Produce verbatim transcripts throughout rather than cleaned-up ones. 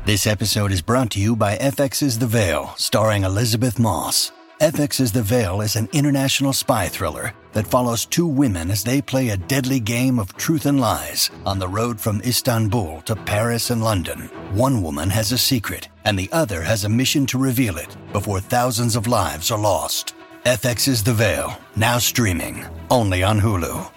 This episode is brought to you by F X's The Veil, starring Elizabeth Moss. F X's The Veil is an international spy thriller that follows two women as they play a deadly game of truth and lies on the road from Istanbul to Paris and London. One woman has a secret, and the other has a mission to reveal it before thousands of lives are lost. F X's The Veil, now streaming, only on Hulu.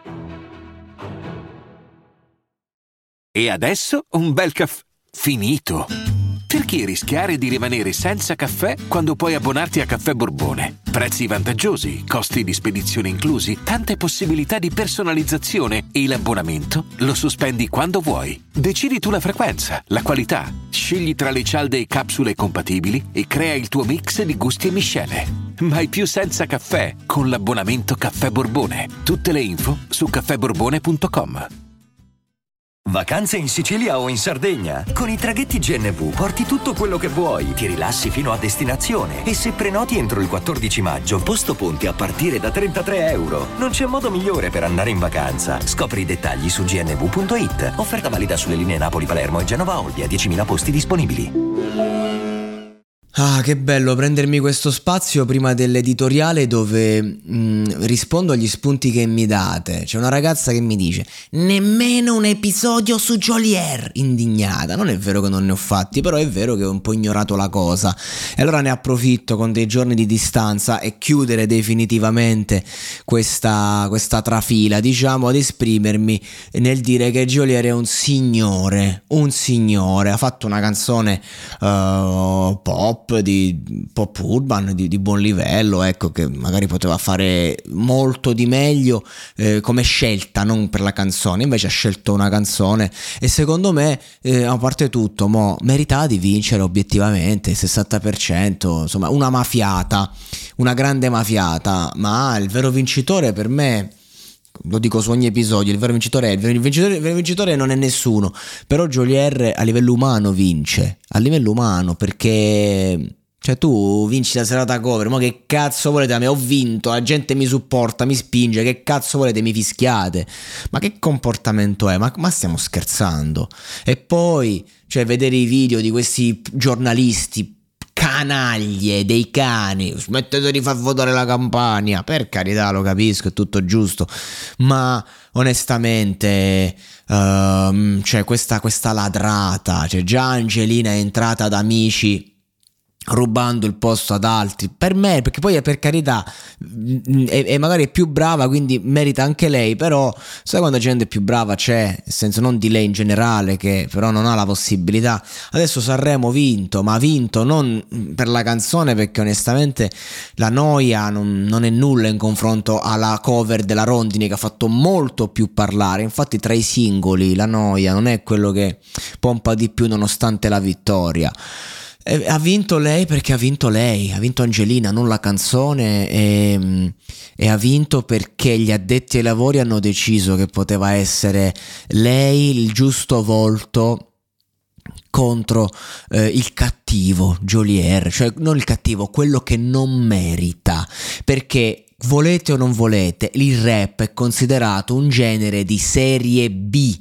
E adesso un bel caffè finito. Perché rischiare di rimanere senza caffè quando puoi abbonarti a Caffè Borbone? Prezzi vantaggiosi, costi di spedizione inclusi, tante possibilità di personalizzazione e l'abbonamento lo sospendi quando vuoi. Decidi tu la frequenza, la qualità, scegli tra le cialde e capsule compatibili e crea il tuo mix di gusti e miscele. Mai più senza caffè con l'abbonamento Caffè Borbone. Tutte le info su caffè borbone punto com. Vacanze in Sicilia o in Sardegna? Con i traghetti G N V porti tutto quello che vuoi, ti rilassi fino a destinazione e se prenoti entro il quattordici maggio, posto ponti a partire da trentatré euro. Non c'è modo migliore per andare in vacanza. Scopri i dettagli su g n v punto i t. Offerta valida sulle linee Napoli-Palermo e Genova-Olbia, diecimila posti disponibili. Ah, che bello prendermi questo spazio prima dell'editoriale dove mh, rispondo agli spunti che mi date. C'è una ragazza che mi dice: nemmeno un episodio su Joliet, indignata. Non è vero che non ne ho fatti, però è vero che ho un po' ignorato la cosa. E allora ne approfitto con dei giorni di distanza e chiudere definitivamente questa, questa trafila, diciamo, ad esprimermi nel dire che Joliet è un signore, un signore. Ha fatto una canzone uh, pop, di pop urban di, di buon livello, ecco, che magari poteva fare molto di meglio eh, come scelta, non per la canzone. Invece ha scelto una canzone e secondo me eh, a parte tutto mo meritava di vincere obiettivamente il sessanta per cento, insomma una mafiata, una grande mafiata. Ma il vero vincitore per me, lo dico su ogni episodio, il vero vincitore è il vero vincitore, il vero vincitore non è nessuno, però Joliet a livello umano vince, a livello umano, perché cioè tu vinci la serata cover, ma che cazzo volete da me? Ho vinto, la gente mi supporta, mi spinge, che cazzo volete? Mi fischiate? Ma che comportamento è? Ma, ma stiamo scherzando? E poi cioè vedere i video di questi giornalisti canaglie, dei cani, smettete di far votare la Campania, per carità, lo capisco, è tutto giusto, ma onestamente uh, cioè questa, questa ladrata, cioè già Angelina è entrata ad Amici rubando il posto ad altri, per me, perché poi è, per carità, è, è magari è più brava, quindi merita anche lei, però sai quando gente più brava c'è, nel senso non di lei in generale, che però non ha la possibilità. Adesso Sanremo vinto, ma ha vinto non per la canzone, perché onestamente la noia non, non è nulla in confronto alla cover della Rondini, che ha fatto molto più parlare. Infatti tra i singoli la noia non è quello che pompa di più nonostante la vittoria. Ha vinto lei perché ha vinto lei, ha vinto Angelina, non la canzone, e, e ha vinto perché gli addetti ai lavori hanno deciso che poteva essere lei il giusto volto contro eh, il cattivo Joliet, cioè non il cattivo, quello che non merita, perché volete o non volete, il rap è considerato un genere di serie B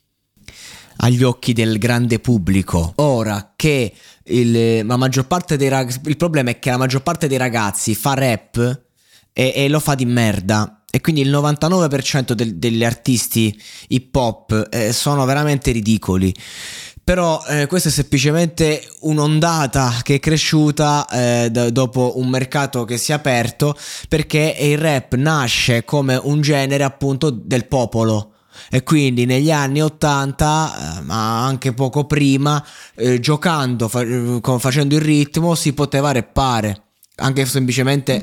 agli occhi del grande pubblico. Ora che il, la maggior parte dei ragazzi, il problema è che la maggior parte dei ragazzi fa rap e, e lo fa di merda, e quindi il novantanove per cento del, degli artisti hip hop eh, sono veramente ridicoli. Però eh, questa è semplicemente un'ondata che è cresciuta eh, d- dopo un mercato che si è aperto, perché il rap nasce come un genere appunto del popolo. E quindi negli anni ottanta, eh, ma anche poco prima, eh, giocando, fa- facendo il ritmo, si poteva rappare, anche semplicemente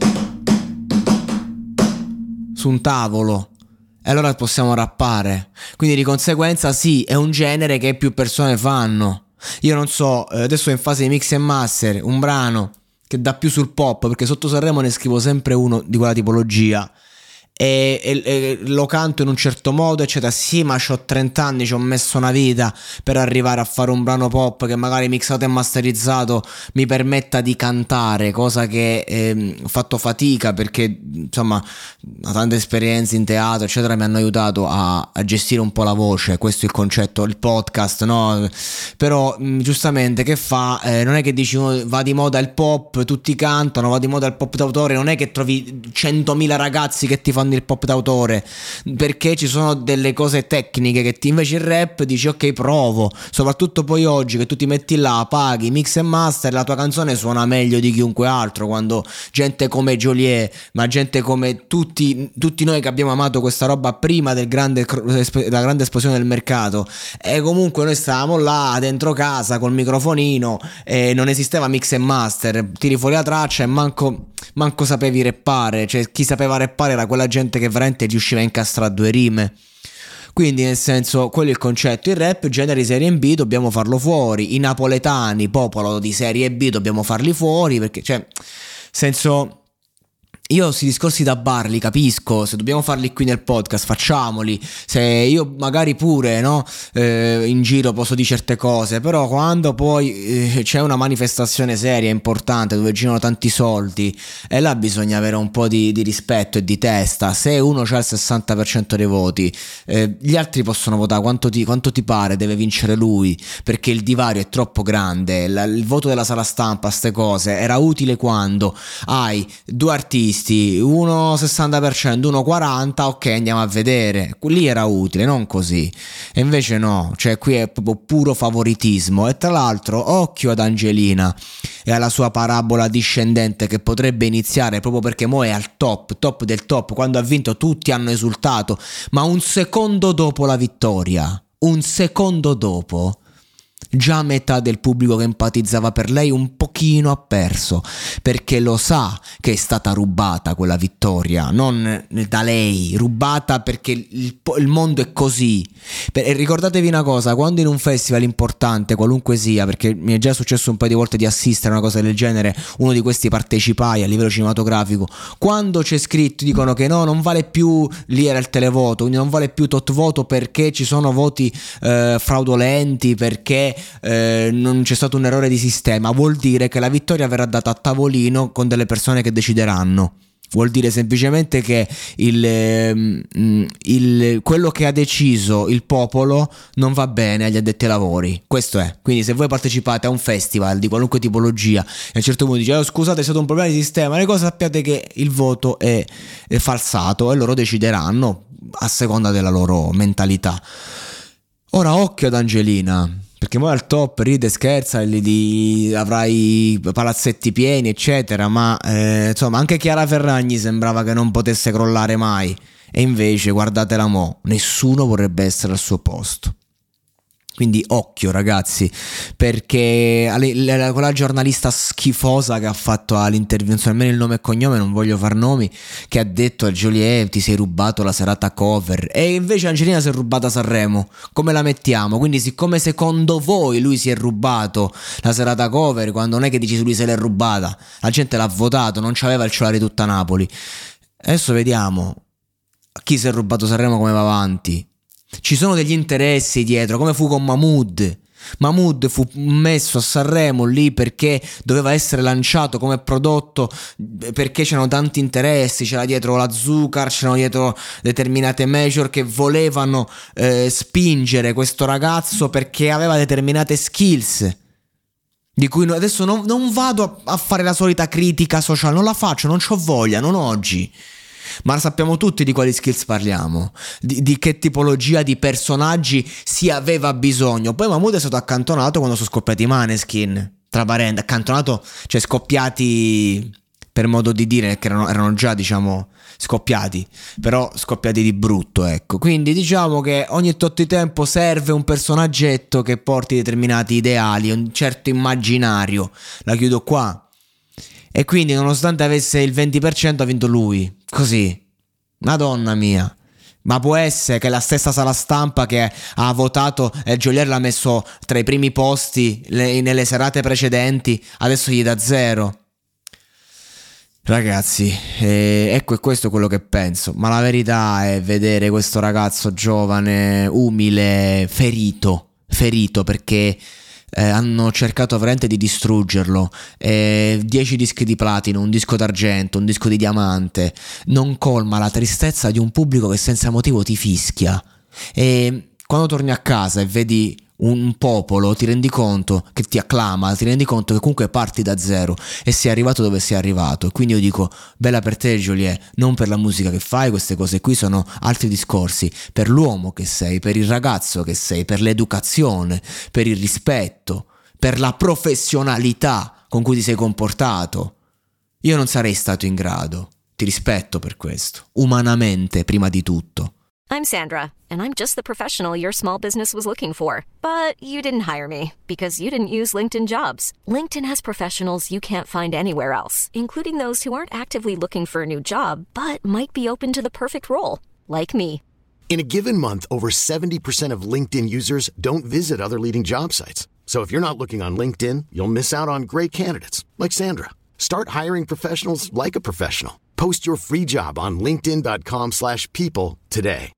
su un tavolo. E allora possiamo rappare. Quindi di conseguenza sì, è un genere che più persone fanno. Io non so, eh, adesso è in fase di mix and master un brano che dà più sul pop, perché sotto Sanremo ne scrivo sempre uno di quella tipologia. E, e, e lo canto in un certo modo eccetera. Sì, ma c'ho trenta anni, ci ho messo una vita per arrivare a fare un brano pop che magari mixato e masterizzato mi permetta di cantare, cosa che eh, ho fatto fatica perché insomma tante esperienze in teatro eccetera mi hanno aiutato a, a gestire un po' la voce. Questo è il concetto, il podcast, no? Però mh, giustamente che fa? Eh, non è che dici oh, va di moda il pop, tutti cantano, va di moda il pop d'autore, non è che trovi centomila ragazzi che ti fanno il pop d'autore, perché ci sono delle cose tecniche che ti, invece il rap dici ok provo, soprattutto poi oggi che tu ti metti là, paghi mix e master, la tua canzone suona meglio di chiunque altro, quando gente come Joliet, ma gente come tutti, tutti noi che abbiamo amato questa roba prima del grande, della grande esplosione del mercato, e comunque noi stavamo là dentro casa col microfonino e non esisteva mix e master, tiri fuori la traccia e manco manco sapevi reppare, cioè chi sapeva reppare era quella gente che veramente riusciva a incastrare due rime. Quindi nel senso, quello è il concetto. Il rap, generi serie B, dobbiamo farlo fuori. I napoletani, popolo di serie B, dobbiamo farli fuori, perché cioè senso, io questi discorsi da bar li capisco, se dobbiamo farli qui nel podcast facciamoli, se io magari pure no eh, in giro posso dire certe cose, però quando poi eh, c'è una manifestazione seria importante dove girano tanti soldi, e là bisogna avere un po' di, di rispetto e di testa. Se uno c'ha il sessanta per cento dei voti, eh, gli altri possono votare quanto ti, quanto ti pare, deve vincere lui, perché il divario è troppo grande. La, il voto della sala stampa, ste cose, era utile quando hai due artisti, uno sessanta per cento, uno quaranta, ok andiamo a vedere, lì era utile, non così. E invece no, cioè qui è proprio puro favoritismo. E tra l'altro occhio ad Angelina e alla sua parabola discendente che potrebbe iniziare proprio perché mo è al top, top del top. Quando ha vinto tutti hanno esultato, ma un secondo dopo la vittoria, un secondo dopo, già metà del pubblico che empatizzava per lei un pochino ha perso, perché lo sa che è stata rubata quella vittoria, non da lei, rubata perché il, il mondo è così. E ricordatevi una cosa, quando in un festival importante, qualunque sia, perché mi è già successo un paio di volte di assistere a una cosa del genere, uno di questi partecipai a livello cinematografico, quando c'è scritto, dicono che no, non vale più, lì era il televoto, quindi non vale più tot voto perché ci sono voti eh, fraudolenti, perché Eh, non c'è stato un errore di sistema, vuol dire che la vittoria verrà data a tavolino con delle persone che decideranno. Vuol dire semplicemente che il, il, quello che ha deciso il popolo non va bene agli addetti ai lavori. Questo è. Quindi se voi partecipate a un festival di qualunque tipologia e a un certo punto dite oh, scusate è stato un problema di sistema, le cose sappiate che il voto è, è falsato e loro decideranno a seconda della loro mentalità. Ora occhio ad Angelina, perché poi al top ride, scherza, li di, avrai palazzetti pieni eccetera, ma eh, insomma anche Chiara Ferragni sembrava che non potesse crollare mai, e invece guardatela mo, nessuno vorrebbe essere al suo posto. Quindi occhio ragazzi, perché quella giornalista schifosa che ha fatto all'intervista, non so nemmeno il nome e cognome, non voglio far nomi, che ha detto a Joliet ti sei rubato la serata cover, e invece Angelina si è rubata Sanremo. Come la mettiamo? Quindi siccome secondo voi lui si è rubato la serata cover, quando non è che dici su lui se l'è rubata, la gente l'ha votato, non c'aveva il cellulare tutta Napoli. Adesso vediamo chi si è rubato Sanremo come va avanti. Ci sono degli interessi dietro, come fu con Mahmood. Mahmood fu messo a Sanremo lì perché doveva essere lanciato come prodotto, perché c'erano tanti interessi, c'era dietro la Zucar, c'erano dietro determinate major che volevano eh, spingere questo ragazzo perché aveva determinate skills, di cui adesso non, non vado a, a fare la solita critica sociale, non la faccio, non c'ho voglia, non oggi. Ma sappiamo tutti di quali skills parliamo, di, di che tipologia di personaggi si aveva bisogno. Poi Mahmood è stato accantonato quando sono scoppiati i Maneskin, tra parenti, accantonato, cioè scoppiati per modo di dire, che erano, erano già diciamo scoppiati, però scoppiati di brutto, ecco. Quindi diciamo che ogni tot di tempo serve un personaggetto che porti determinati ideali, un certo immaginario. La chiudo qua. E quindi nonostante avesse il venti per cento ha vinto lui, così, madonna mia. Ma può essere che la stessa sala stampa che ha votato e eh, Joliet l'ha messo tra i primi posti le, nelle serate precedenti, adesso gli dà zero? Ragazzi, eh, ecco, è questo quello che penso, ma la verità è vedere questo ragazzo giovane, umile, ferito, ferito perché eh, hanno cercato veramente di distruggerlo, eh, dieci dischi di platino, un disco d'argento, un disco di diamante, non colma la tristezza di un pubblico che senza motivo ti fischia. E quando torni a casa e vedi un popolo, ti rendi conto che ti acclama, ti rendi conto che comunque parti da zero e sei arrivato dove sei arrivato. E quindi io dico, bella per te Joliet, non per la musica che fai, queste cose qui sono altri discorsi, per l'uomo che sei, per il ragazzo che sei, per l'educazione, per il rispetto, per la professionalità con cui ti sei comportato. Io non sarei stato in grado, ti rispetto per questo, umanamente prima di tutto. I'm Sandra, and I'm just the professional your small business was looking for. But you didn't hire me because you didn't use LinkedIn Jobs. LinkedIn has professionals you can't find anywhere else, including those who aren't actively looking for a new job, but might be open to the perfect role, like me. In a given month, over seventy percent of LinkedIn users don't visit other leading job sites. So if you're not looking on LinkedIn, you'll miss out on great candidates, like Sandra. Start hiring professionals like a professional. Post your free job on linkedin dot com slash people today.